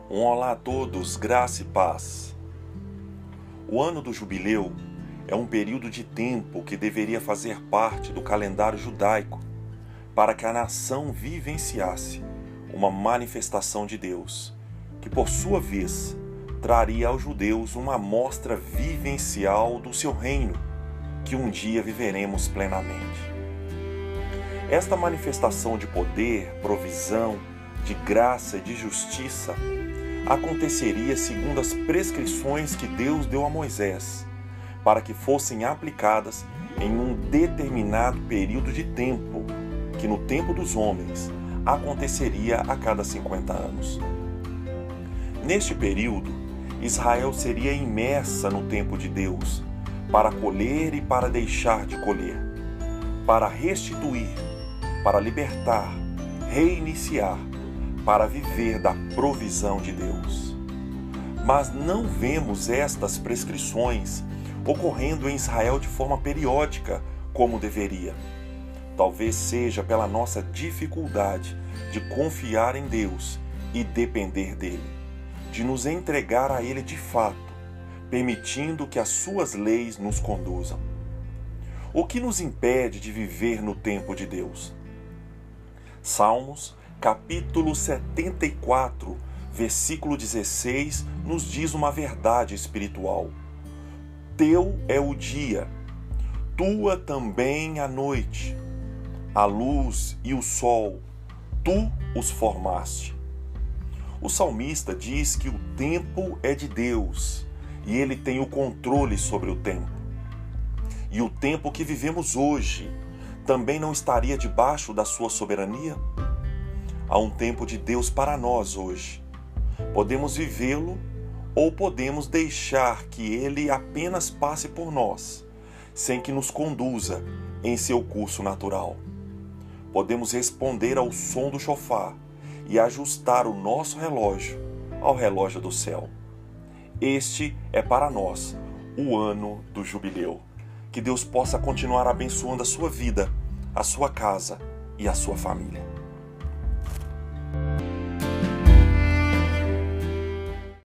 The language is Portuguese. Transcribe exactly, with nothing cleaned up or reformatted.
Um olá a todos, graça e paz. O ano do jubileu é um período de tempo que deveria fazer parte do calendário judaico para que a nação vivenciasse uma manifestação de Deus, que por sua vez traria aos judeus uma amostra vivencial do seu reino, que um dia viveremos plenamente. Esta manifestação de poder, provisão, de graça e de justiça aconteceria segundo as prescrições que Deus deu a Moisés, para que fossem aplicadas em um determinado período de tempo, que no tempo dos homens aconteceria a cada cinquenta anos. Neste período, Israel seria imersa no tempo de Deus, para colher e para deixar de colher, para restituir, para libertar, reiniciar, para viver da provisão de Deus. Mas não vemos estas prescrições ocorrendo em Israel de forma periódica, como deveria. Talvez seja pela nossa dificuldade de confiar em Deus e depender dele, de nos entregar a Ele de fato, permitindo que as suas leis nos conduzam. O que nos impede de viver no tempo de Deus? Salmos, capítulo setenta e quatro, versículo dezesseis, nos diz uma verdade espiritual. Teu é o dia, tua também a noite, a luz e o sol, tu os formaste. O salmista diz que o tempo é de Deus e ele tem o controle sobre o tempo. E o tempo que vivemos hoje também não estaria debaixo da sua soberania? Há um tempo de Deus para nós hoje. Podemos vivê-lo ou podemos deixar que ele apenas passe por nós, sem que nos conduza em seu curso natural. Podemos responder ao som do chofar e ajustar o nosso relógio ao relógio do céu. Este é para nós o ano do jubileu. Que Deus possa continuar abençoando a sua vida, a sua casa e a sua família.